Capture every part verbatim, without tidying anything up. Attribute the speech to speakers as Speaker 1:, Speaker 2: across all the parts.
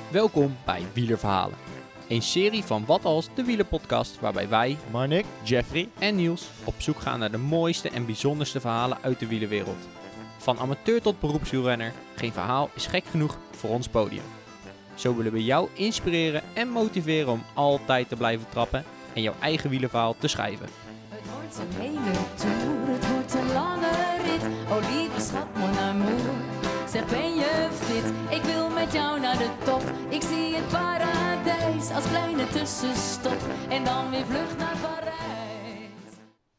Speaker 1: Welkom bij Wielerverhalen. Een serie van Wat Als, de wielerpodcast, waarbij wij,
Speaker 2: Marnik,
Speaker 1: Jeffrey en Niels op zoek gaan naar de mooiste en bijzonderste verhalen uit de wielerwereld. Van amateur tot beroepswielrenner, geen verhaal is gek genoeg voor ons podium. Zo willen we jou inspireren en motiveren om altijd te blijven trappen en jouw eigen wielerverhaal te schrijven.
Speaker 3: Het wordt een hele tour, het wordt een lange rit. Oh lieve schat, mon amour, zeg ben je fit? Ik wil met jou naar de top. Ik zie het paradijs als kleine tussenstop. En dan weer vlucht naar Parijs.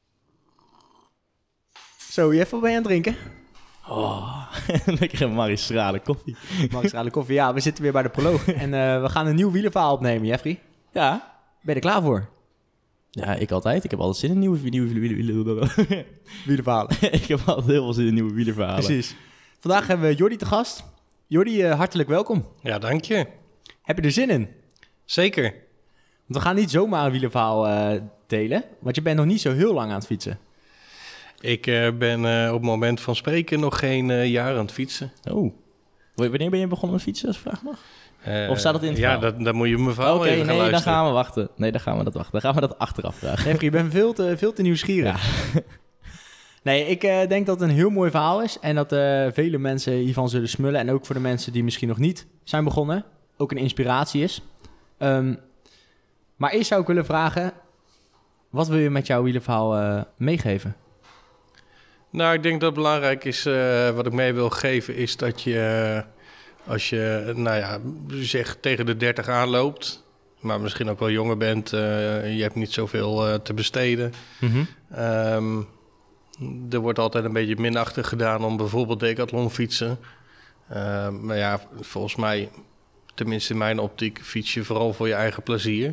Speaker 1: Zo, Jeff, wat ben je aan het drinken?
Speaker 2: Oh, lekkere magistrale koffie.
Speaker 1: Magistrale koffie, ja, we zitten weer bij de proloog. En uh, we gaan een nieuw wielerverhaal opnemen, Jeffrey.
Speaker 2: Ja.
Speaker 1: Ben je er klaar voor?
Speaker 2: Ja, ik altijd. Ik heb altijd zin in nieuwe, nieuwe, nieuwe, nieuwe
Speaker 1: Wielerverhalen.
Speaker 2: Ik heb altijd heel veel zin in nieuwe wielerverhalen.
Speaker 1: Precies. Vandaag hebben we Jordi te gast. Jordi, uh, hartelijk welkom.
Speaker 4: Ja, dank je.
Speaker 1: Heb je er zin in?
Speaker 4: Zeker.
Speaker 1: Want we gaan niet zomaar een wielerverhaal uh, delen, want je bent nog niet zo heel lang aan het fietsen.
Speaker 4: Ik uh, ben uh, op het moment van spreken nog geen uh, jaar aan het fietsen.
Speaker 2: Oh. Wanneer ben je begonnen met fietsen, als ik vraag mag?
Speaker 4: Uh,
Speaker 2: Of staat het in het
Speaker 4: Ja,
Speaker 2: verhaal?
Speaker 4: dat, dan moet je mijn verhaal
Speaker 2: Oké,
Speaker 4: even gaan
Speaker 2: nee, dan
Speaker 4: luisteren.
Speaker 2: gaan we wachten. Nee, dan gaan we dat wachten. Dan gaan we dat achteraf vragen.
Speaker 1: Jeffrey, je bent veel te, veel te nieuwsgierig. Ja. Nee, ik uh, denk dat het een heel mooi verhaal is en dat uh, vele mensen hiervan zullen smullen. En ook voor de mensen die misschien nog niet zijn begonnen, ook een inspiratie is. Um, maar eerst zou ik willen vragen, wat wil je met jouw wielerverhaal uh, meegeven?
Speaker 4: Nou, ik denk dat het belangrijk is, uh, wat ik mee wil geven, is dat je, uh, als je, nou ja, zeg tegen de dertig aanloopt, maar misschien ook wel jonger bent, uh, je hebt niet zoveel uh, te besteden.
Speaker 1: Mm-hmm.
Speaker 4: Um, er wordt altijd een beetje minachtig gedaan om bijvoorbeeld decathlon fietsen. Uh, maar ja, volgens mij, tenminste in mijn optiek, fiets je vooral voor je eigen plezier.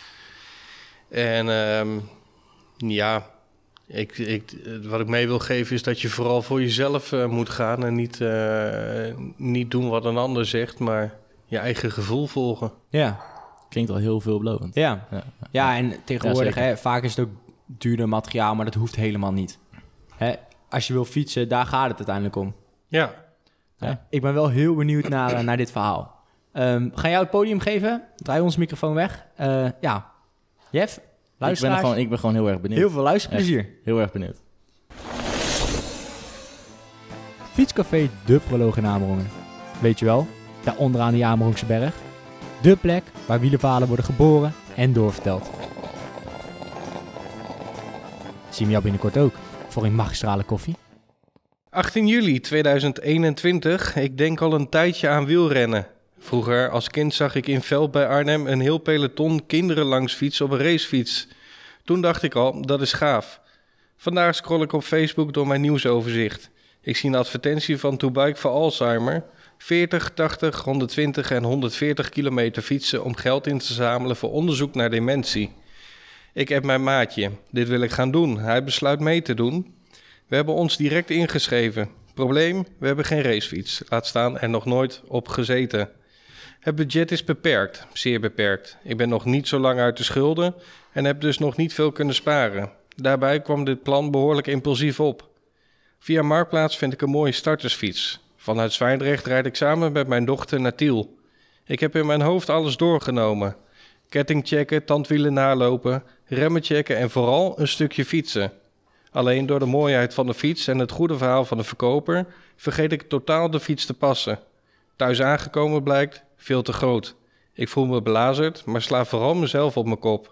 Speaker 4: En um, ja... Ik, ik, wat ik mee wil geven is dat je vooral voor jezelf uh, moet gaan en niet, uh, niet doen wat een ander zegt, maar je eigen gevoel volgen.
Speaker 1: Ja.
Speaker 2: Klinkt al heel veelbelovend.
Speaker 1: Ja, ja. ja en tegenwoordig,
Speaker 2: ja,
Speaker 1: hè, vaak is het ook duurder materiaal, maar dat hoeft helemaal niet. Hè, als je wil fietsen, daar gaat het uiteindelijk om.
Speaker 4: Ja.
Speaker 2: Ja.
Speaker 1: Ik ben wel heel benieuwd naar, naar dit verhaal. Um, ga jou het podium geven? Draai onze microfoon weg. Uh, ja, Jeff,
Speaker 2: Ik ben, gewoon, ik ben gewoon heel erg benieuwd.
Speaker 1: Heel veel luisterplezier.
Speaker 2: Echt, heel erg benieuwd.
Speaker 1: Fietscafé De Proloog in Amerongen. Weet je wel, daar onderaan die Amerongse berg. De plek waar wielerverhalen worden geboren en doorverteld. Zien we jou binnenkort ook voor een magistrale koffie?
Speaker 4: achttien juli tweeduizend eenentwintig. Ik denk al een tijdje aan wielrennen. Vroeger als kind zag ik in Velp bij Arnhem een heel peloton kinderen langs fietsen op een racefiets. Toen dacht ik al, dat is gaaf. Vandaag scroll ik op Facebook door mijn nieuwsoverzicht. Ik zie een advertentie van To Bike for Alzheimer. veertig, tachtig, honderdtwintig en honderdveertig kilometer fietsen om geld in te zamelen voor onderzoek naar dementie. Ik heb mijn maatje. Dit wil ik gaan doen. Hij besluit mee te doen. We hebben ons direct ingeschreven. Probleem, we hebben geen racefiets. Laat staan er nog nooit op gezeten. Het budget is beperkt, zeer beperkt. Ik ben nog niet zo lang uit de schulden en heb dus nog niet veel kunnen sparen. Daarbij kwam dit plan behoorlijk impulsief op. Via Marktplaats vind ik een mooie startersfiets. Vanuit Zwijndrecht rijd ik samen met mijn dochter naar Tiel. Ik heb in mijn hoofd alles doorgenomen. Ketting checken, tandwielen nalopen, remmen checken en vooral een stukje fietsen. Alleen door de mooiheid van de fiets en het goede verhaal van de verkoper vergeet ik totaal de fiets te passen. Thuis aangekomen blijkt veel te groot. Ik voel me belazerd, maar sla vooral mezelf op mijn kop.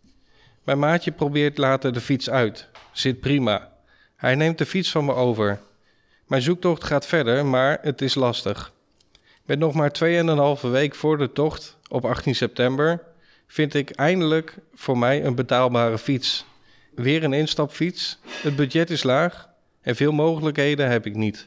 Speaker 4: Mijn maatje probeert later de fiets uit. Zit prima. Hij neemt de fiets van me over. Mijn zoektocht gaat verder, maar het is lastig. Met nog maar tweeënhalve week voor de tocht, op achttien september, vind ik eindelijk voor mij een betaalbare fiets. Weer een instapfiets, het budget is laag en veel mogelijkheden heb ik niet.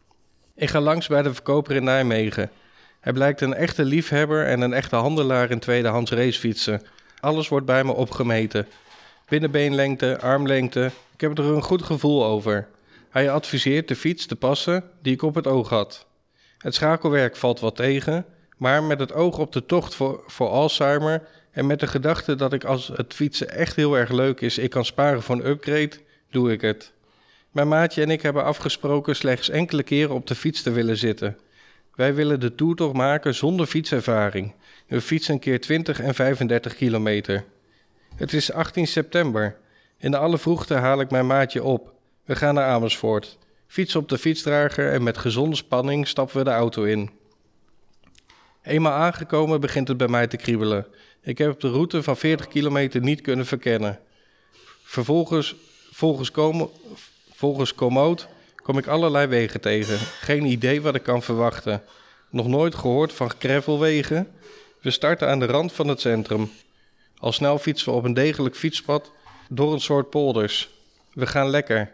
Speaker 4: Ik ga langs bij de verkoper in Nijmegen. Hij blijkt een echte liefhebber en een echte handelaar in tweedehands racefietsen. Alles wordt bij me opgemeten. Binnenbeenlengte, armlengte, ik heb er een goed gevoel over. Hij adviseert de fiets te passen die ik op het oog had. Het schakelwerk valt wat tegen, maar met het oog op de tocht voor, voor Alzheimer en met de gedachte dat ik als het fietsen echt heel erg leuk is, ik kan sparen voor een upgrade, doe ik het. Mijn maatje en ik hebben afgesproken slechts enkele keren op de fiets te willen zitten. We Wij willen de toertocht maken zonder fietservaring. We fietsen een keer twintig en vijfendertig kilometer. Het is achttien september. In de alle vroegte haal ik mijn maatje op. We gaan naar Amersfoort. Fiets op de fietsdrager en met gezonde spanning stappen we de auto in. Eenmaal aangekomen begint het bij mij te kriebelen. Ik heb de route van veertig kilometer niet kunnen verkennen. Vervolgens, volgens, Como, volgens Komoot, kom ik allerlei wegen tegen. Geen idee wat ik kan verwachten. Nog nooit gehoord van gravelwegen. We starten aan de rand van het centrum. Al snel fietsen we op een degelijk fietspad door een soort polders. We gaan lekker.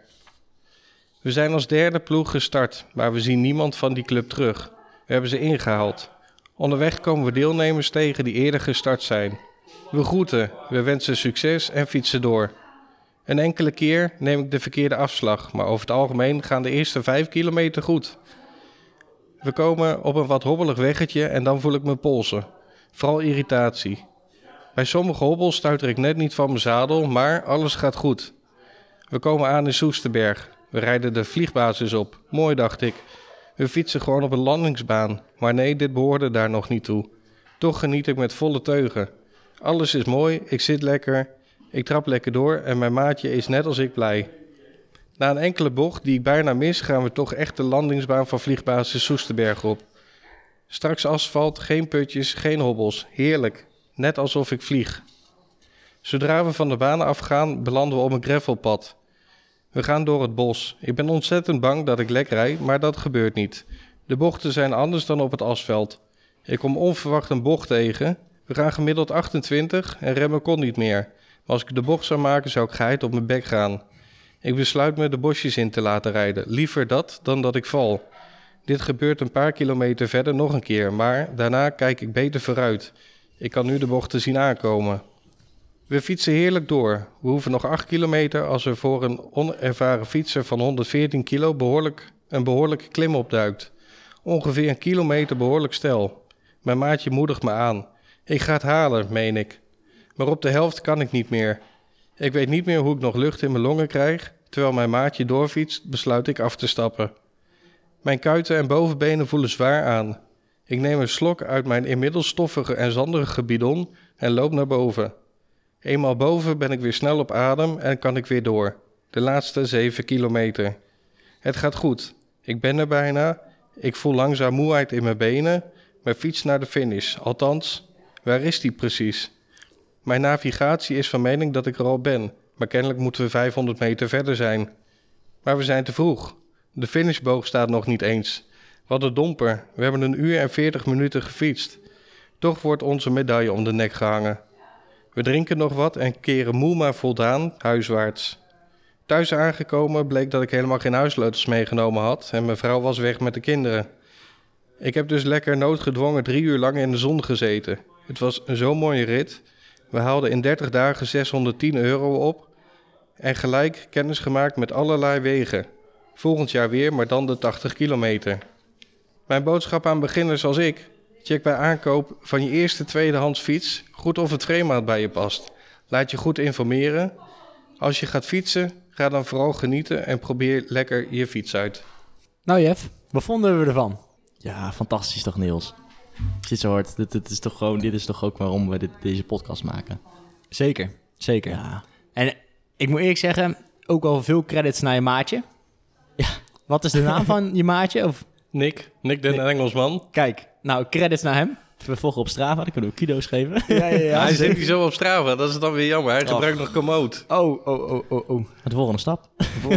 Speaker 4: We zijn als derde ploeg gestart, maar we zien niemand van die club terug. We hebben ze ingehaald. Onderweg komen we deelnemers tegen die eerder gestart zijn. We groeten, we wensen succes en fietsen door. Een enkele keer neem ik de verkeerde afslag, maar over het algemeen gaan de eerste vijf kilometer goed. We komen op een wat hobbelig weggetje en dan voel ik mijn polsen. Vooral irritatie. Bij sommige hobbels stuiter ik net niet van mijn zadel, maar alles gaat goed. We komen aan in Soesterberg. We rijden de vliegbasis op. Mooi, dacht ik. We fietsen gewoon op een landingsbaan. Maar nee, dit behoorde daar nog niet toe. Toch geniet ik met volle teugen. Alles is mooi, ik zit lekker, ik trap lekker door en mijn maatje is net als ik blij. Na een enkele bocht die ik bijna mis, gaan we toch echt de landingsbaan van vliegbasis Soesterberg op. Straks asfalt, geen putjes, geen hobbels. Heerlijk. Net alsof ik vlieg. Zodra we van de baan afgaan, belanden we op een gravelpad. We gaan door het bos. Ik ben ontzettend bang dat ik lek rijd, maar dat gebeurt niet. De bochten zijn anders dan op het asfalt. Ik kom onverwacht een bocht tegen. We gaan gemiddeld achtentwintig en remmen kon niet meer. Maar als ik de bocht zou maken, zou ik geheid op mijn bek gaan. Ik besluit me de bosjes in te laten rijden. Liever dat dan dat ik val. Dit gebeurt een paar kilometer verder nog een keer, maar daarna kijk ik beter vooruit. Ik kan nu de bochten zien aankomen. We fietsen heerlijk door. We hoeven nog acht kilometer als er voor een onervaren fietser van honderdveertien kilo behoorlijk, een behoorlijke klim opduikt. Ongeveer een kilometer behoorlijk steil. Mijn maatje moedigt me aan. Ik ga het halen, meen ik. Maar op de helft kan ik niet meer. Ik weet niet meer hoe ik nog lucht in mijn longen krijg. Terwijl mijn maatje doorfietst, besluit ik af te stappen. Mijn kuiten en bovenbenen voelen zwaar aan. Ik neem een slok uit mijn inmiddels stoffige en zanderige bidon en loop naar boven. Eenmaal boven ben ik weer snel op adem en kan ik weer door. De laatste zeven kilometer. Het gaat goed. Ik ben er bijna. Ik voel langzaam moeheid in mijn benen, maar fiets naar de finish. Althans, waar is die precies? Mijn navigatie is van mening dat ik er al ben, maar kennelijk moeten we vijfhonderd meter verder zijn. Maar we zijn te vroeg. De finishboog staat nog niet eens. Wat een domper. We hebben een uur en veertig minuten gefietst. Toch wordt onze medaille om de nek gehangen. We drinken nog wat en keren moe maar voldaan huiswaarts. Thuis aangekomen bleek dat ik helemaal geen huissleutels meegenomen had en mijn vrouw was weg met de kinderen. Ik heb dus lekker noodgedwongen drie uur lang in de zon gezeten. Het was een zo mooie rit. We haalden in dertig dagen zeshonderdtien euro op en gelijk kennis gemaakt met allerlei wegen. Volgend jaar weer, maar dan de tachtig kilometer. Mijn boodschap aan beginners als ik: check bij aankoop van je eerste tweedehands fiets goed of het frame bij je past. Laat je goed informeren. Als je gaat fietsen, ga dan vooral genieten en probeer lekker je fiets uit.
Speaker 1: Nou Jeff, wat vonden we ervan?
Speaker 2: Ja, fantastisch toch, Niels? Als je dit zo hoort, dit, dit, is toch gewoon, dit is toch ook waarom we dit, deze podcast maken.
Speaker 1: Zeker, zeker.
Speaker 2: Ja.
Speaker 1: En ik moet eerlijk zeggen, ook al veel credits naar je maatje.
Speaker 2: Ja.
Speaker 1: Wat is de naam van je maatje? Of...
Speaker 4: Nick, Nick den Engelsman.
Speaker 1: Kijk, nou, credits naar hem.
Speaker 2: We volgen op Strava, dan kunnen we kilo's geven.
Speaker 1: Ja, ja, ja.
Speaker 4: Hij zit niet zo op Strava, dat is dan weer jammer. Hij
Speaker 2: Och.
Speaker 4: gebruikt nog Komoot.
Speaker 1: Oh, oh, oh, oh, oh.
Speaker 2: De volgende stap.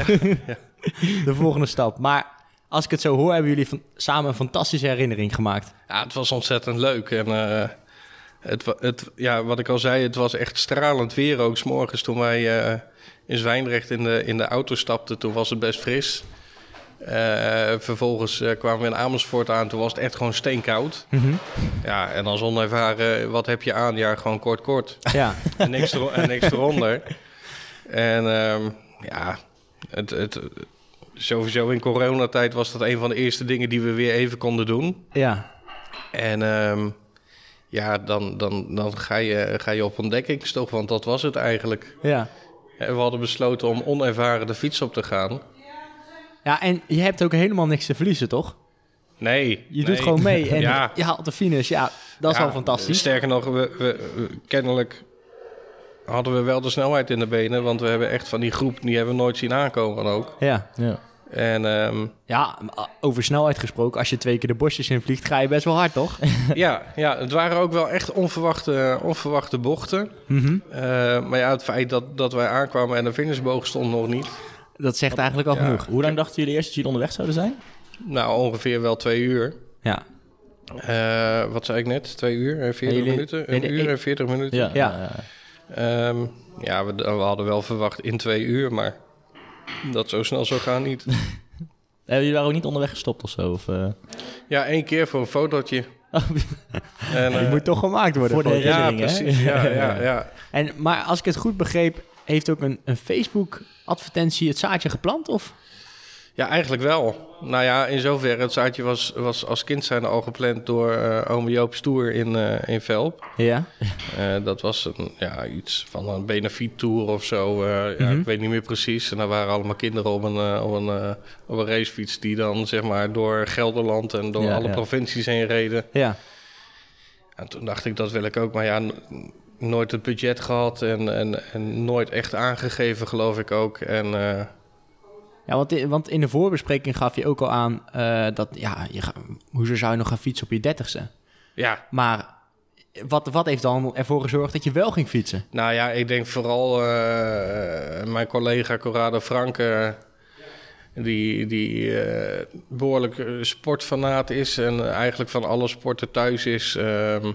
Speaker 1: De volgende stap. Maar als ik het zo hoor, hebben jullie van, samen een fantastische herinnering gemaakt.
Speaker 4: Ja, het was ontzettend leuk. En uh, het, wa- het, ja, wat ik al zei, het was echt stralend weer ook 's morgens toen wij uh, in Zwijndrecht in de, in de auto stapten. Toen was het best fris. Uh, vervolgens uh, kwamen we in Amersfoort aan. Toen was het echt gewoon steenkoud.
Speaker 1: Mm-hmm.
Speaker 4: Ja, en als onervaren, wat heb je aan? Ja, gewoon kort kort.
Speaker 1: Ja.
Speaker 4: En niks, er, en niks eronder. En um, ja, het, het, sowieso in coronatijd was dat een van de eerste dingen die we weer even konden doen.
Speaker 1: Ja.
Speaker 4: En um, ja, dan, dan, dan ga, je, ga je op ontdekkingstocht, want dat was het eigenlijk.
Speaker 1: Ja.
Speaker 4: En we hadden besloten om onervaren de fiets op te gaan.
Speaker 1: Ja, en je hebt ook helemaal niks te verliezen, toch?
Speaker 4: Nee.
Speaker 1: Je doet
Speaker 4: nee.
Speaker 1: gewoon mee en
Speaker 4: Ja.
Speaker 1: je haalt de finish. Ja, dat is
Speaker 4: Ja,
Speaker 1: wel fantastisch.
Speaker 4: Sterker nog, we, we, we- kennelijk hadden we wel de snelheid in de benen. Want we hebben echt van die groep, die hebben we nooit zien aankomen ook.
Speaker 1: Ja.
Speaker 2: Ja.
Speaker 4: En ehm,
Speaker 1: ja, over snelheid gesproken. Als je twee keer de bosjes in vliegt, ga je best wel hard, toch?
Speaker 4: ja, ja, het waren ook wel echt onverwachte, onverwachte bochten.
Speaker 1: Mhm.
Speaker 4: Uh, maar ja, het feit dat, dat wij aankwamen en de finishboog stond nog niet.
Speaker 1: Dat zegt eigenlijk al
Speaker 4: Ja.
Speaker 1: genoeg.
Speaker 2: Hoe lang dachten jullie eerst dat jullie onderweg zouden zijn?
Speaker 4: Nou, ongeveer wel twee uur.
Speaker 1: Ja.
Speaker 4: Uh, wat zei ik net? Twee uur en veertig
Speaker 1: jullie-
Speaker 4: minuten?
Speaker 1: nee,
Speaker 4: Een
Speaker 1: nee,
Speaker 4: uur
Speaker 1: ik-
Speaker 4: en veertig minuten?
Speaker 2: Ja.
Speaker 1: Ja.
Speaker 2: ja.
Speaker 4: Ehm, ja, we, we hadden wel verwacht in twee uur, maar dat zo snel zou gaan niet.
Speaker 2: Eh, jullie waren ook niet onderweg gestopt of zo? Of, eh?
Speaker 4: Ja, één keer voor een fotootje.
Speaker 2: Oh,
Speaker 4: En,
Speaker 1: Die
Speaker 4: eh,
Speaker 1: moet toch gemaakt worden.
Speaker 2: voor de
Speaker 1: foto's.
Speaker 4: ja,
Speaker 2: herinnering, hè?
Speaker 4: precies. Ja, ja, ja.
Speaker 1: En, maar als ik het goed begreep, heeft ook een, een Facebook-advertentie het zaadje geplant? Of?
Speaker 4: Ja, eigenlijk wel. Nou ja, in zoverre, het zaadje was, was als kind zijn al gepland door uh, ome Joop Stoer in, uh, in Velp.
Speaker 1: Ja.
Speaker 4: Uh, dat was een, ja, iets van een benefiettour of zo. Uh, ja,
Speaker 1: Mhm.
Speaker 4: ik weet niet meer precies. En daar waren allemaal kinderen op een, uh, op, een, uh, op een racefiets die dan zeg maar door Gelderland en door
Speaker 2: Ja,
Speaker 4: alle
Speaker 2: ja.
Speaker 4: provincies heen reden.
Speaker 1: Ja.
Speaker 4: En toen dacht ik, dat wil ik ook. Maar ja, n- nooit het budget gehad en, en, en nooit echt aangegeven, geloof ik ook. En uh,
Speaker 1: Ja, want in, want in de voorbespreking gaf je ook al aan uh, dat, ja, je ga, hoezo zou je nog gaan fietsen op je dertigste?
Speaker 4: ja,
Speaker 1: Maar wat, wat heeft dan ervoor gezorgd dat je wel ging fietsen?
Speaker 4: nou ja, ik denk vooral uh, mijn collega Corrado Franke, die, die uh, behoorlijk uh, sportfanaat is en eigenlijk van alle sporten thuis is. Um,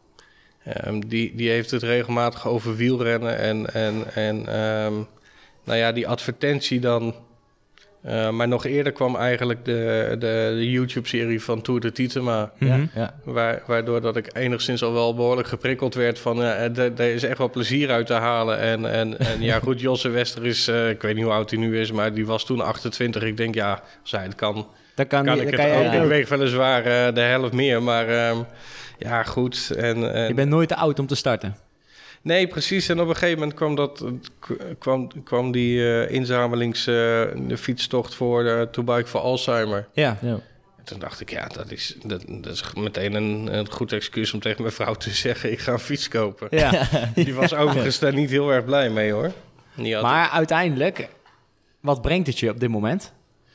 Speaker 4: um, die, die heeft het regelmatig over wielrennen en, en, en um, nou ja, die advertentie dan. Uh, maar nog eerder kwam eigenlijk de, de, de YouTube-serie van Tour de Tietema.
Speaker 1: Mhm.
Speaker 2: Ja, ja.
Speaker 4: Waar, waardoor dat ik enigszins al wel behoorlijk geprikkeld werd van... Uh, er is echt wel plezier uit te halen. En, en, en ja, goed, Josse Wester is... Uh, ik weet niet hoe oud hij nu is, maar die was toen achtentwintig. Ik denk, ja, als hij het kan,
Speaker 1: Dan kan,
Speaker 4: kan
Speaker 1: die-
Speaker 4: ik
Speaker 1: dan
Speaker 4: het
Speaker 1: kan
Speaker 4: ook.
Speaker 1: jij
Speaker 4: Ik weeg weliswaar uh, de helft meer, maar um, ja, goed. En, en,
Speaker 1: Je bent nooit te oud om te starten.
Speaker 4: Nee, precies. En op een gegeven moment kwam, dat, kwam, kwam die uh, inzamelings uh, de fietstocht voor uh, To Bike for Alzheimer.
Speaker 1: Ja.
Speaker 2: Ja.
Speaker 4: En toen dacht ik, ja, dat is, dat, dat is meteen een, een goed excuus om tegen mijn vrouw te zeggen... ik ga een fiets kopen.
Speaker 1: Ja.
Speaker 4: Die was overigens daar niet heel erg blij mee, hoor. Die had
Speaker 1: Maar uiteindelijk, wat brengt het je op dit moment?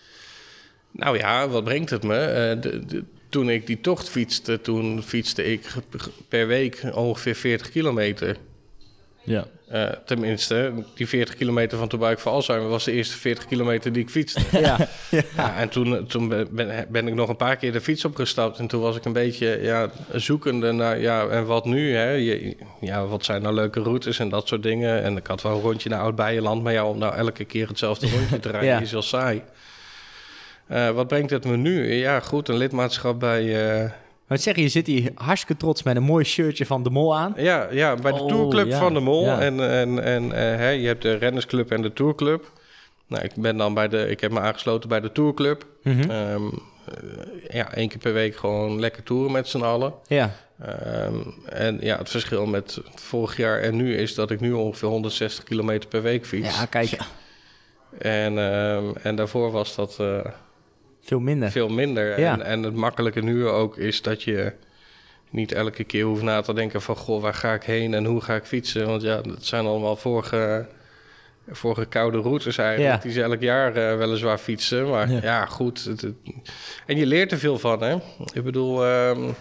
Speaker 4: Nou ja, wat brengt het me? Uh, de, de, toen ik die tocht fietste, toen fietste ik per week ongeveer veertig kilometer.
Speaker 2: Ja.
Speaker 4: Uh, tenminste, die veertig kilometer van To Bike for Alzheimer was de eerste veertig kilometer die ik fietste.
Speaker 1: Ja.
Speaker 4: Ja, en toen, toen ben, ben ik nog een paar keer de fiets opgestapt. En toen was ik een beetje ja, zoekende naar, ja, en wat nu? Hè? Je, ja, wat zijn nou leuke routes en dat soort dingen. En ik had wel een rondje naar Oud-Beijerland. Maar ja, om nou elke keer hetzelfde rondje te rijden
Speaker 1: Ja.
Speaker 4: is wel saai. Uh, wat brengt het me nu? Ja, goed, een lidmaatschap bij... Uh,
Speaker 1: Maar zeg, je zit hier hartstikke trots met een mooi shirtje van De Mol aan.
Speaker 4: ja, ja, bij de
Speaker 2: Oh,
Speaker 4: Tourclub
Speaker 2: ja,
Speaker 4: van de Mol.
Speaker 2: ja.
Speaker 4: En, en, en uh, hè, je hebt de rennersclub en de Tourclub. Nou, ik ben dan bij de... Ik heb me aangesloten bij de Tourclub.
Speaker 1: Mhm.
Speaker 4: Um, uh, ja, één keer per week gewoon lekker toeren met z'n allen.
Speaker 1: Ja.
Speaker 4: Um, en ja, het verschil met vorig jaar en nu is dat ik nu ongeveer honderdzestig kilometer per week fiets.
Speaker 1: Ja, kijk,
Speaker 4: En, um, en daarvoor was dat uh,
Speaker 1: veel minder.
Speaker 4: veel minder.
Speaker 1: Ja.
Speaker 4: En, en het makkelijke nu ook is dat je niet elke keer hoeft na te denken van... goh, waar ga ik heen en hoe ga ik fietsen? Want ja, dat zijn allemaal vorige, vorige koude routes eigenlijk...
Speaker 1: Ja.
Speaker 4: die ze elk jaar uh, weliswaar fietsen. Maar ja,
Speaker 2: Ja.
Speaker 4: goed. Het, het- en je leert er veel van, hè? Ik bedoel... Um,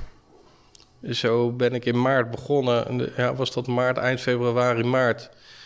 Speaker 4: Zo ben ik in maart begonnen. Ja, was dat maart, eind februari, maart.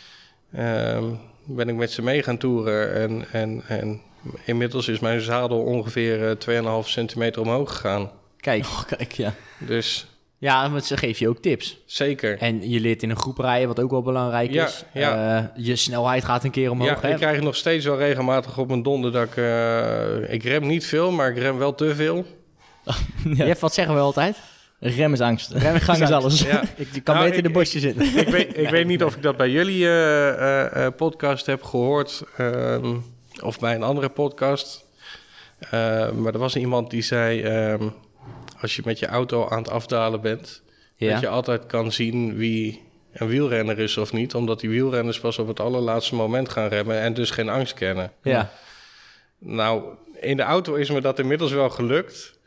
Speaker 4: Um, ben ik met ze mee gaan toeren. En, en, en inmiddels is mijn zadel ongeveer uh, twee komma vijf centimeter omhoog gegaan.
Speaker 1: Kijk,
Speaker 2: Oh, kijk, ja.
Speaker 4: Dus
Speaker 1: ja, want ze geven je ook tips.
Speaker 4: zeker.
Speaker 1: En je leert in een groep rijden, wat ook wel belangrijk
Speaker 4: Ja,
Speaker 1: is.
Speaker 4: ja.
Speaker 1: Uh, je snelheid gaat een keer omhoog.
Speaker 4: Ja,
Speaker 1: hè?
Speaker 4: ik krijg nog steeds wel regelmatig op mijn donder dat ik... Uh, ik rem niet veel, maar ik rem wel te veel.
Speaker 1: Jeff, wat zeggen we altijd?
Speaker 2: Rem is angst.
Speaker 1: Remgang is alles.
Speaker 4: Ja.
Speaker 1: ik, je kan
Speaker 4: Nou,
Speaker 1: beter in de
Speaker 4: ik-
Speaker 1: bosjes zitten.
Speaker 4: ik weet, ik weet niet of ik dat bij jullie uh, uh, uh, podcast heb gehoord. Um, of bij een andere podcast. Uh, maar er was iemand die zei... Um, als je met je auto aan het afdalen bent...
Speaker 1: Ja.
Speaker 4: dat je altijd kan zien wie een wielrenner is of niet. Omdat die wielrenners pas op het allerlaatste moment gaan remmen... en dus geen angst kennen.
Speaker 1: Ja.
Speaker 4: Nou, in de auto is me dat inmiddels wel gelukt...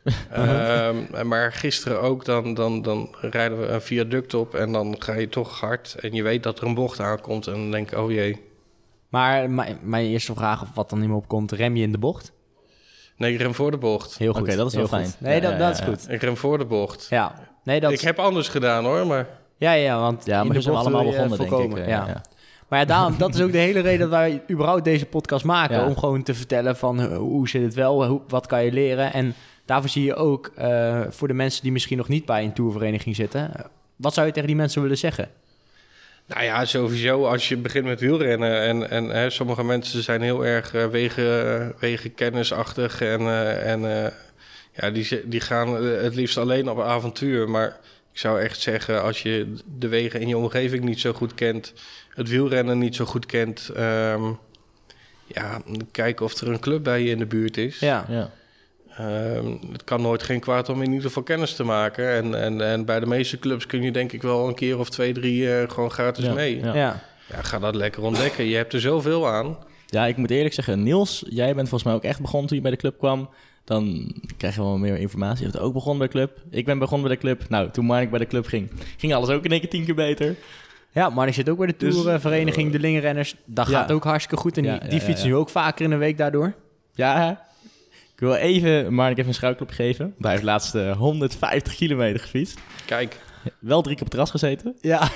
Speaker 4: Um, maar gisteren ook, dan, dan, dan rijden we een viaduct op en dan ga je toch hard. En je weet dat er een bocht aankomt en dan denk ik, oh jee.
Speaker 1: Maar mijn, mijn eerste vraag, of wat dan niet meer opkomt, rem je in de bocht?
Speaker 4: Nee, ik rem voor de bocht.
Speaker 1: Heel goed.
Speaker 2: Oké, dat is
Speaker 1: heel
Speaker 2: wel
Speaker 1: goed.
Speaker 2: fijn.
Speaker 1: Nee,
Speaker 2: Ja,
Speaker 1: dat,
Speaker 2: ja,
Speaker 1: dat
Speaker 2: ja,
Speaker 1: is goed.
Speaker 4: Ik rem voor de bocht.
Speaker 1: Ja, nee, dat
Speaker 4: Ik heb anders gedaan hoor, maar...
Speaker 1: Ja, ja, want
Speaker 2: Ja,
Speaker 1: in
Speaker 2: maar
Speaker 1: de
Speaker 2: ze zijn
Speaker 1: bocht
Speaker 2: allemaal
Speaker 1: wil je
Speaker 2: begonnen, denk
Speaker 1: voorkomen,
Speaker 2: ik.
Speaker 1: ja.
Speaker 2: eh, ja.
Speaker 1: Maar ja, daarom, dat is ook de hele reden dat wij überhaupt deze podcast maken.
Speaker 2: Ja.
Speaker 1: Om gewoon te vertellen van uh, hoe zit het wel, hoe, wat kan je leren. En daarvoor zie je ook uh, voor de mensen die misschien nog niet bij een tourvereniging zitten. Uh, wat zou je tegen die mensen willen zeggen?
Speaker 4: Nou ja, sowieso als je begint met wielrennen en, en hè, sommige mensen zijn heel erg uh, wegen, wegenkennisachtig en, uh, en uh, ja, die, die gaan uh, het liefst alleen op avontuur. Maar ik zou echt zeggen, als je de wegen in je omgeving niet zo goed kent, het wielrennen niet zo goed kent, um, ja, kijken of er een club bij je in de buurt is.
Speaker 1: Ja,
Speaker 2: Ja.
Speaker 4: Um, het kan nooit geen kwaad om in ieder geval kennis te maken. En, en, en bij de meeste clubs kun je denk ik wel een keer of twee, drie uh, gewoon gratis
Speaker 2: Ja,
Speaker 4: mee.
Speaker 2: ja.
Speaker 1: ja.
Speaker 4: Ja, ga dat lekker ontdekken. Je hebt er zoveel aan.
Speaker 2: Ja, ik moet eerlijk zeggen, Niels, jij bent volgens mij ook echt begonnen toen je bij de club kwam. Dan krijg je wel meer informatie. Je hebt ook begonnen bij de club. Ik ben begonnen bij de club. Nou, toen Mark bij de club ging, ging alles ook in één keer tien keer beter.
Speaker 1: Ja, maar ik zit ook bij de
Speaker 2: Dus,
Speaker 1: tourvereniging
Speaker 2: uh,
Speaker 1: De Lingenrenners. Dat
Speaker 2: ja.
Speaker 1: gaat ook hartstikke goed. En die,
Speaker 2: Ja, ja,
Speaker 1: die
Speaker 2: ja,
Speaker 1: fietsen
Speaker 2: ja.
Speaker 1: nu ook vaker in de week daardoor.
Speaker 2: Ja, ik wil even Mark even een schouwklop geven. Want hij heeft de laatste honderdvijftig kilometer gefietst.
Speaker 4: Kijk,
Speaker 2: Wel drie keer op het terras gezeten.
Speaker 1: Ja,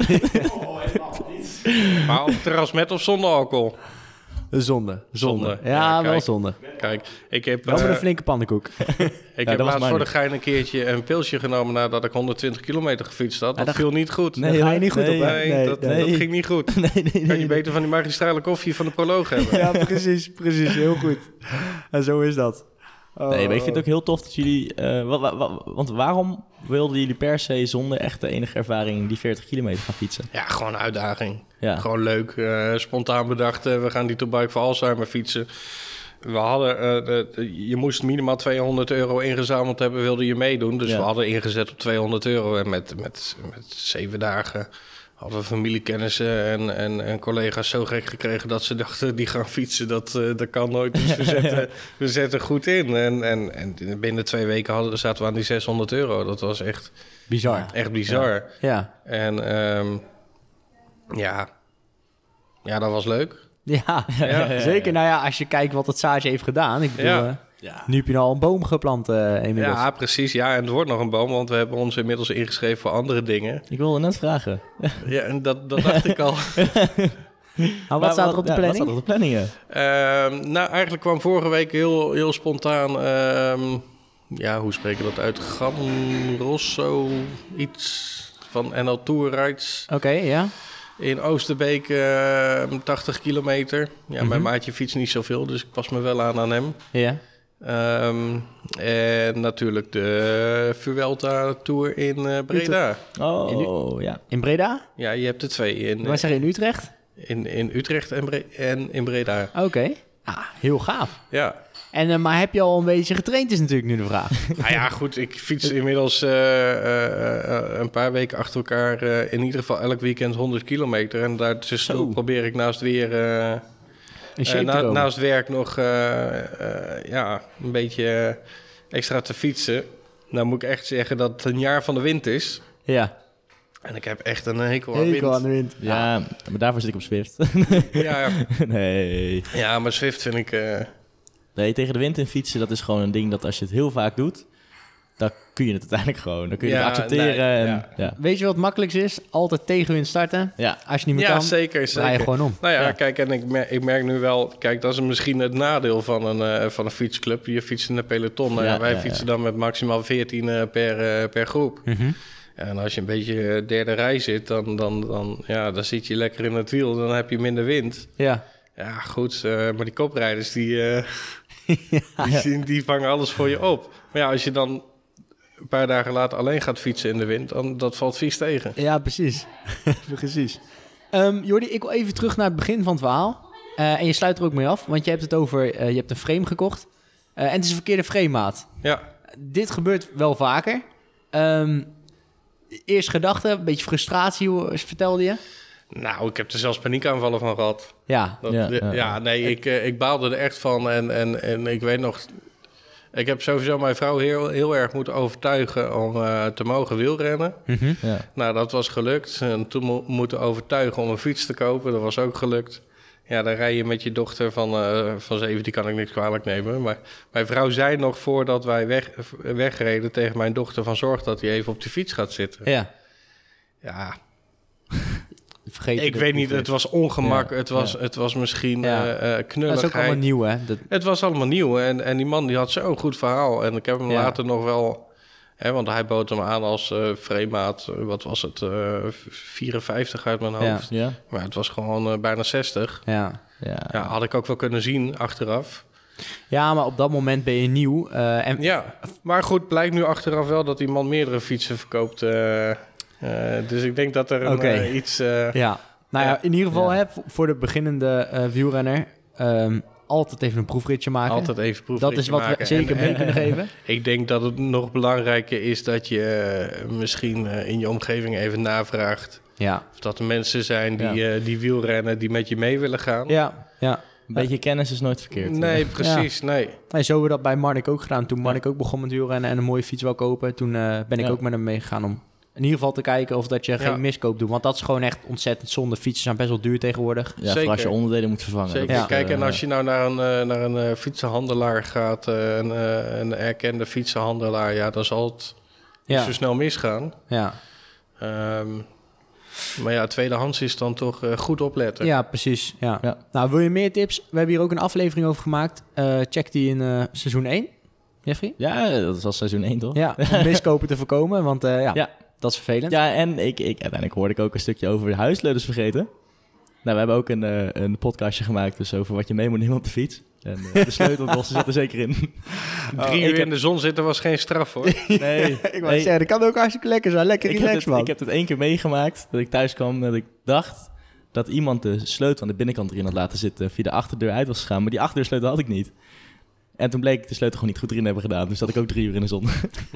Speaker 4: maar op het terras met of zonder alcohol?
Speaker 1: zonde. Zonde.
Speaker 4: Zonde.
Speaker 1: Ja,
Speaker 4: Ja,
Speaker 1: wel
Speaker 4: kijk.
Speaker 1: zonde.
Speaker 4: Kijk, ik heb,
Speaker 1: Wel met
Speaker 4: uh,
Speaker 1: een flinke pannenkoek.
Speaker 4: ik
Speaker 2: dat
Speaker 4: heb
Speaker 2: was
Speaker 4: laatst
Speaker 2: mij
Speaker 4: voor de
Speaker 2: niet.
Speaker 4: gein een keertje een pilsje genomen nadat ik honderdtwintig kilometer gefietst had. Dat
Speaker 1: dat-
Speaker 4: viel niet goed.
Speaker 2: Nee,
Speaker 1: Daar ga je
Speaker 2: hoor.
Speaker 1: niet goed
Speaker 2: Nee,
Speaker 1: op, hè?
Speaker 4: Nee,
Speaker 1: Nee,
Speaker 4: dat,
Speaker 1: nee.
Speaker 4: dat ging niet goed.
Speaker 2: Nee, nee, nee.
Speaker 4: Kan je beter van die magistrale koffie van de proloog hebben.
Speaker 1: Ja, precies, precies. Heel goed. En zo is dat. Oh.
Speaker 2: Nee, maar ik vind het ook heel tof dat jullie... eh, wa- wa- wa- want waarom wilden jullie per se zonder echte enige ervaring die veertig kilometer gaan fietsen?
Speaker 4: Ja, gewoon een uitdaging.
Speaker 2: Ja,
Speaker 4: Gewoon leuk, eh, spontaan bedacht. eh, we gaan die Bike voor Alzheimer fietsen. We hadden, eh, de, de- je moest minimaal tweehonderd euro ingezameld hebben, wilde je meedoen. Dus
Speaker 2: Ja.
Speaker 4: we hadden ingezet op tweehonderd euro. En met, met, met zeven dagen hadden we familiekennissen en, en, en collega's zo gek gekregen dat ze dachten, die gaan fietsen, dat, eh, dat kan nooit. Dus we zetten, we zetten goed in. En, en, en binnen twee weken hadden, zaten we aan die zeshonderd euro. Dat was echt,
Speaker 1: Bizar.
Speaker 4: echt bizar.
Speaker 1: Ja.
Speaker 4: En ehm, ja. ja, dat was leuk.
Speaker 1: Ja,
Speaker 4: Ja.
Speaker 1: zeker. Nou ja, als je kijkt wat het zaadje heeft gedaan. Ik bedoel,
Speaker 4: Ja.
Speaker 1: eh,
Speaker 2: ja.
Speaker 1: nu heb je al een boom geplant eh inmiddels.
Speaker 4: Ja, precies. Ja, en het wordt nog een boom, want we hebben ons inmiddels ingeschreven voor andere dingen.
Speaker 2: Ik wilde net vragen.
Speaker 4: Ja, en dat, dat dacht ik al.
Speaker 1: Maar wat staat er op de
Speaker 2: ja,
Speaker 1: planning?
Speaker 2: Wat staat er op de planning? ja?
Speaker 4: Ehm, nou, eigenlijk kwam vorige week heel, heel spontaan... ehm, ja, hoe spreek je dat uit? Gan Rosso, iets van N L Tour Rides
Speaker 1: Oké, ja.
Speaker 4: in Oosterbeek, ehm, tachtig kilometer. Ja,
Speaker 1: Mhm.
Speaker 4: mijn maatje fietst niet zoveel, dus ik pas me wel aan aan hem.
Speaker 1: Ja.
Speaker 4: Ehm, en natuurlijk de Vuelta Tour in eh, Breda.
Speaker 2: Oh, ja.
Speaker 1: In Breda?
Speaker 4: Ja, je hebt er twee. In,
Speaker 1: Waar zeg je in Utrecht?
Speaker 4: in, in Utrecht en, Bre- en in Breda.
Speaker 1: Oké. Ah, heel gaaf.
Speaker 4: Ja.
Speaker 1: En, eh, maar heb je al een beetje getraind, is natuurlijk nu de vraag.
Speaker 4: Nou ja, goed. Ik fiets inmiddels eh, eh, eh, een paar weken achter elkaar... eh, in ieder geval elk weekend honderd kilometer. En daartussen
Speaker 1: Zo.
Speaker 4: probeer ik naast weer... eh,
Speaker 1: Een
Speaker 4: eh,
Speaker 1: shape
Speaker 4: na-
Speaker 1: te komen.
Speaker 4: naast werk nog eh, eh, ja, een beetje eh, extra te fietsen. Nou moet ik echt zeggen dat het een jaar van de wind is.
Speaker 1: Ja.
Speaker 4: En ik heb echt een hekel aan
Speaker 1: Hekel aan
Speaker 4: wind.
Speaker 1: de wind.
Speaker 2: Ja, maar daarvoor zit ik op Zwift.
Speaker 4: Ja,
Speaker 2: nee.
Speaker 4: ja, maar Zwift vind ik... eh,
Speaker 2: Nee, tegen de wind in fietsen, dat is gewoon een ding dat als je het heel vaak doet, dan kun je het uiteindelijk gewoon. Dan kun je
Speaker 4: Ja,
Speaker 2: het accepteren.
Speaker 4: nee,
Speaker 2: en,
Speaker 4: ja.
Speaker 2: ja.
Speaker 1: Weet je wat het makkelijkst is? Altijd tegenwind starten.
Speaker 2: Ja.
Speaker 1: Als je niet meer
Speaker 4: ja,
Speaker 1: kan,
Speaker 4: zeker,
Speaker 1: draai je
Speaker 4: zeker.
Speaker 1: gewoon om.
Speaker 4: Nou ja,
Speaker 2: Ja.
Speaker 4: kijk, en ik merk, ik merk nu wel... Kijk, dat is misschien het nadeel van een, eh, van een fietsclub. Je fietst in een peloton. Nou ja,
Speaker 2: Ja,
Speaker 4: wij
Speaker 2: ja,
Speaker 4: fietsen
Speaker 2: ja.
Speaker 4: dan met maximaal veertien eh, per, eh, per groep.
Speaker 1: Mhm.
Speaker 4: En als je een beetje eh, derde rij zit, dan, dan, dan, ja, dan zit je lekker in het wiel. Dan heb je minder wind.
Speaker 1: Ja.
Speaker 4: Ja, goed. eh, maar die koprijders, die, eh, die, die vangen alles voor je op. Maar ja, als je dan een paar dagen later alleen gaat fietsen in de wind... dan dat valt vies tegen.
Speaker 1: Ja, precies. precies. Ehm Jordi, ik wil even terug naar het begin van het verhaal. Eh, en je sluit er ook mee af, want je hebt het over... eh, je hebt een frame gekocht. Eh, en het is een verkeerde framemaat.
Speaker 4: Ja.
Speaker 1: Dit gebeurt wel vaker. Ehm eerst gedachten, een beetje frustratie, hoe- vertelde je?
Speaker 4: Nou, ik heb er zelfs paniekaanvallen van gehad.
Speaker 1: Ja.
Speaker 4: Dat,
Speaker 2: Ja,
Speaker 4: ja,
Speaker 2: ja.
Speaker 4: nee, ik, eh, ik baalde er echt van. En, en, en ik weet nog, Ik heb sowieso mijn vrouw heel, heel erg moeten overtuigen om uh, te mogen wielrennen.
Speaker 1: Mhm.
Speaker 2: Ja.
Speaker 4: Nou, dat was gelukt. En toen mo- moeten overtuigen om een fiets te kopen. Dat was ook gelukt. Ja, dan rij je met je dochter van, uh, van zeven, die kan ik niks kwalijk nemen. Maar mijn vrouw zei nog voordat wij weg, wegreden tegen mijn dochter van zorg dat hij even op de fiets gaat zitten.
Speaker 1: Ja.
Speaker 4: Ja,
Speaker 1: Vergeet
Speaker 4: ik weet niet, het was ongemak,
Speaker 2: Ja,
Speaker 4: het, was,
Speaker 2: ja.
Speaker 4: het was misschien
Speaker 1: Ja.
Speaker 4: uh, uh,
Speaker 1: Dat is ook
Speaker 4: knulligheid.
Speaker 1: allemaal nieuw, hè? Dat,
Speaker 4: Het was allemaal nieuw en, en die man die had zo'n goed verhaal. En ik heb hem
Speaker 1: Ja.
Speaker 4: later nog wel... Hè, want hij bood hem aan als uh, vreemaat, uh, wat was het, uh, vierenvijftig uit mijn
Speaker 1: Ja.
Speaker 4: hoofd.
Speaker 2: Ja.
Speaker 4: Maar het was gewoon uh, bijna zestig.
Speaker 1: ja.
Speaker 2: Ja.
Speaker 4: Ja, had ik ook wel kunnen zien achteraf.
Speaker 1: ja, maar op dat moment ben je nieuw. uh, en
Speaker 4: Ja, maar goed, blijkt nu achteraf wel dat die man meerdere fietsen verkoopt. Uh, uh, dus ik denk dat er een,
Speaker 1: Oké.
Speaker 4: uh, iets... Uh,
Speaker 1: Ja, nou ja,
Speaker 4: Ja.
Speaker 1: in ieder geval
Speaker 2: Ja.
Speaker 1: hè, voor- voor de beginnende uh, wielrenner... Um, altijd even een proefritje maken.
Speaker 4: altijd even proefritje
Speaker 1: Dat is wat
Speaker 4: maken.
Speaker 1: we zeker
Speaker 4: En-
Speaker 1: mee
Speaker 4: en-
Speaker 1: kunnen geven.
Speaker 4: Ik denk dat het nog belangrijker is dat je uh, misschien uh, in je omgeving even navraagt.
Speaker 1: Ja,
Speaker 4: Of dat er mensen zijn die,
Speaker 2: Ja.
Speaker 4: uh, die wielrennen, die met je mee willen gaan.
Speaker 1: ja, ja.
Speaker 2: Een beetje kennis is nooit verkeerd.
Speaker 4: Nee, precies, nee.
Speaker 1: En zo hebben we dat bij Marnik ook gedaan. Toen Marnik ook begon met wielrennen en een mooie fiets wou kopen... toen uh, ben ik
Speaker 2: Ja.
Speaker 1: ook met hem meegegaan om in ieder geval te kijken... of dat je
Speaker 4: Ja.
Speaker 1: geen miskoop doet. Want dat is gewoon echt ontzettend zonde. Fietsen zijn best wel duur tegenwoordig.
Speaker 2: Ja, voor
Speaker 4: Zeker.
Speaker 2: als je onderdelen moet vervangen.
Speaker 4: Zeker.
Speaker 2: Dat is,
Speaker 4: Kijk,
Speaker 2: eh,
Speaker 4: en als je nou naar een, uh, naar een uh, fietsenhandelaar gaat... Uh, een, uh, een erkende fietsenhandelaar... ja, dan zal het niet
Speaker 1: Ja,
Speaker 4: zo snel misgaan.
Speaker 1: ja.
Speaker 4: Um, maar ja, tweedehands is dan toch uh, goed opletten.
Speaker 1: ja precies. Ja.
Speaker 2: Ja.
Speaker 1: Nou, wil je meer tips? We hebben hier ook een aflevering over gemaakt. Uh, check die in uh, seizoen één. Jeffrey?
Speaker 2: Ja, dat is al seizoen één, toch?
Speaker 1: Ja, om miskopen te voorkomen. Want uh, ja,
Speaker 2: Ja.
Speaker 1: dat is vervelend.
Speaker 2: Ja, en ik, ik, uiteindelijk hoorde ik ook een stukje over de huissleutels vergeten. Nou, we hebben ook een, uh, een podcastje gemaakt dus over wat je mee moet nemen op de fiets. En uh, de sleutelbos zit er zeker in.
Speaker 4: Drie
Speaker 2: ik
Speaker 4: uur
Speaker 2: heb-
Speaker 4: in de zon zitten was geen straf, hoor.
Speaker 2: Nee,
Speaker 1: Ik wou
Speaker 2: nee,
Speaker 1: zeggen, dat kan ook hartstikke lekker zijn. Lekker
Speaker 2: ik, heb
Speaker 1: relaxed,
Speaker 2: het,
Speaker 1: man.
Speaker 2: ik heb het één keer meegemaakt, dat ik thuis kwam dat ik dacht dat iemand de sleutel aan de binnenkant erin had laten zitten, via de achterdeur uit was gegaan. Maar die achterdeursleutel had ik niet. En toen bleek ik de sleutel gewoon niet goed erin hebben gedaan. Dus zat ik ook drie uur in de zon.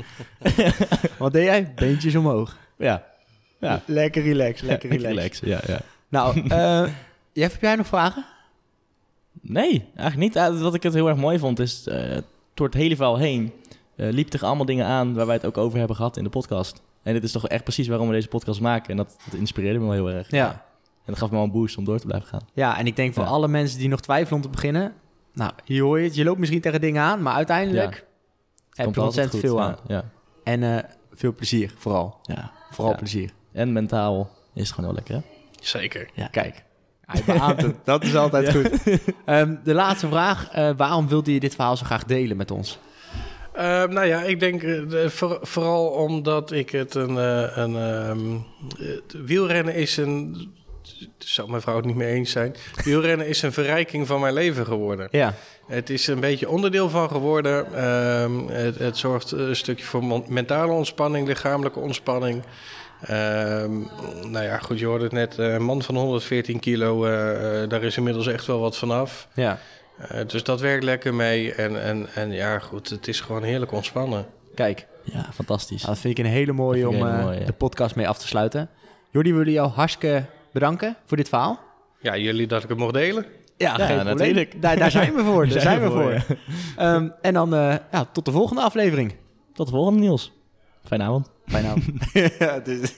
Speaker 1: Wat deed jij? Beentjes omhoog.
Speaker 2: ja. Ja.
Speaker 1: Lekker relax, lekker
Speaker 2: Lekker
Speaker 1: relax.
Speaker 2: relax. Ja, ja.
Speaker 1: Nou, uh, Jeff, heb jij nog vragen?
Speaker 2: Nee, eigenlijk niet. Uh, Wat ik het heel erg mooi vond is, uh, door het hele verhaal heen uh, liep er allemaal dingen aan waar wij het ook over hebben gehad in de podcast. En dit is toch echt precies waarom we deze podcast maken. En dat, dat inspireerde me wel heel erg.
Speaker 1: Ja.
Speaker 2: En dat gaf me wel een boost om door te blijven gaan.
Speaker 1: Ja, en ik denk voor
Speaker 2: Ja.
Speaker 1: alle mensen die nog twijfelen om te beginnen... Nou, hier hoor je het. Je loopt misschien tegen dingen aan, maar uiteindelijk
Speaker 2: Het
Speaker 1: heb
Speaker 2: komt
Speaker 1: je
Speaker 2: altijd
Speaker 1: ontzettend
Speaker 2: goed.
Speaker 1: veel
Speaker 2: Ja,
Speaker 1: aan.
Speaker 2: Ja,
Speaker 1: En uh, veel plezier, vooral.
Speaker 2: ja.
Speaker 1: Vooral
Speaker 2: Ja.
Speaker 1: plezier.
Speaker 2: En mentaal is het gewoon heel lekker, hè?
Speaker 4: Zeker.
Speaker 2: Ja.
Speaker 1: Kijk, hij beaamt het. Dat is altijd goed. Um, de laatste vraag. Uh, waarom wilde je dit verhaal zo graag delen met ons?
Speaker 4: Uh, nou ja, ik denk uh, de, voor, vooral omdat ik het een... Uh, een um, het wielrennen is een... Zou mijn vrouw het niet mee eens zijn. Wielrennen is een verrijking van mijn leven geworden.
Speaker 1: Ja.
Speaker 4: Het is een beetje onderdeel van geworden. Um, het, het zorgt een stukje voor mon- mentale ontspanning, lichamelijke ontspanning. Um, nou ja, goed, je hoorde het net. Een man van honderdveertien kilo, uh, uh, daar is inmiddels echt wel wat vanaf.
Speaker 1: Ja.
Speaker 4: Uh, dus dat werkt lekker mee. En, en, en ja, goed, het is gewoon heerlijk ontspannen.
Speaker 1: Kijk,
Speaker 2: Ja, fantastisch.
Speaker 1: nou, dat vind ik een hele mooie
Speaker 2: Dat
Speaker 1: om
Speaker 2: vind ik een
Speaker 1: uh,
Speaker 2: hele mooie, ja.
Speaker 1: de podcast mee af te sluiten. Jordi, we willen jou hartstikke bedanken voor dit verhaal.
Speaker 4: Ja, jullie dat ik het mocht delen.
Speaker 1: Ja,
Speaker 2: Ja,
Speaker 1: geen probleem.
Speaker 2: natuurlijk.
Speaker 1: Daar, daar zijn we voor. Daar
Speaker 2: Daar
Speaker 1: zijn
Speaker 2: zijn
Speaker 1: we
Speaker 2: we
Speaker 1: voor. Um, en dan uh, ja, tot de volgende aflevering.
Speaker 2: Tot de volgende, Niels. Fijne avond.
Speaker 1: Fijne avond. Ja, dus-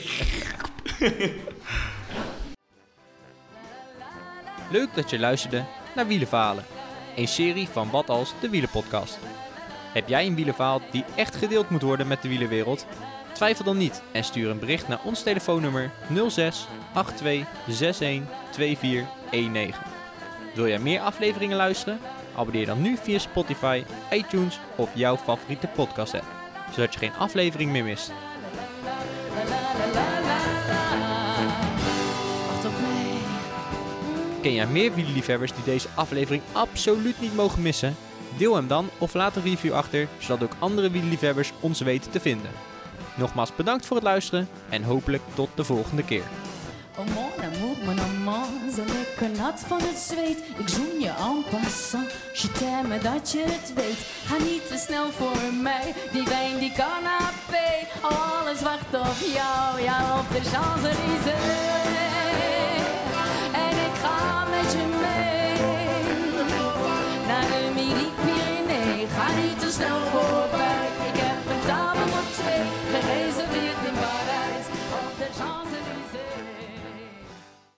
Speaker 5: Leuk dat je luisterde naar Wielenverhalen, een serie van Wat Als de Wielenpodcast. Heb jij een wielenverhaal die echt gedeeld moet worden met de wielerwereld? Twijfel dan niet en stuur een bericht naar ons telefoonnummer nul zes acht twee zes een twee vier een negen. Wil jij meer afleveringen luisteren? Abonneer dan nu via Spotify, iTunes of jouw favoriete podcast app, zodat je geen aflevering meer mist.
Speaker 3: Wacht op mij.
Speaker 5: Ken jij meer wielerliefhebbers die deze aflevering absoluut niet mogen missen? Deel hem dan of laat een review achter, zodat ook andere wielerliefhebbers ons weten te vinden. Nogmaals bedankt voor het luisteren en hopelijk tot de volgende keer.
Speaker 3: Oh mon amour, mon amant, zo lekker nat van het zweet. Ik zoen je en passant, je t'aime dat je het weet. Ga niet te snel voor mij, die wijn die canapé. Alles wacht op jou, ja op de Champs-Élysées. En ik ga met je mee, naar de Midi-Pyrénées. Ga niet te zo snel voorbij.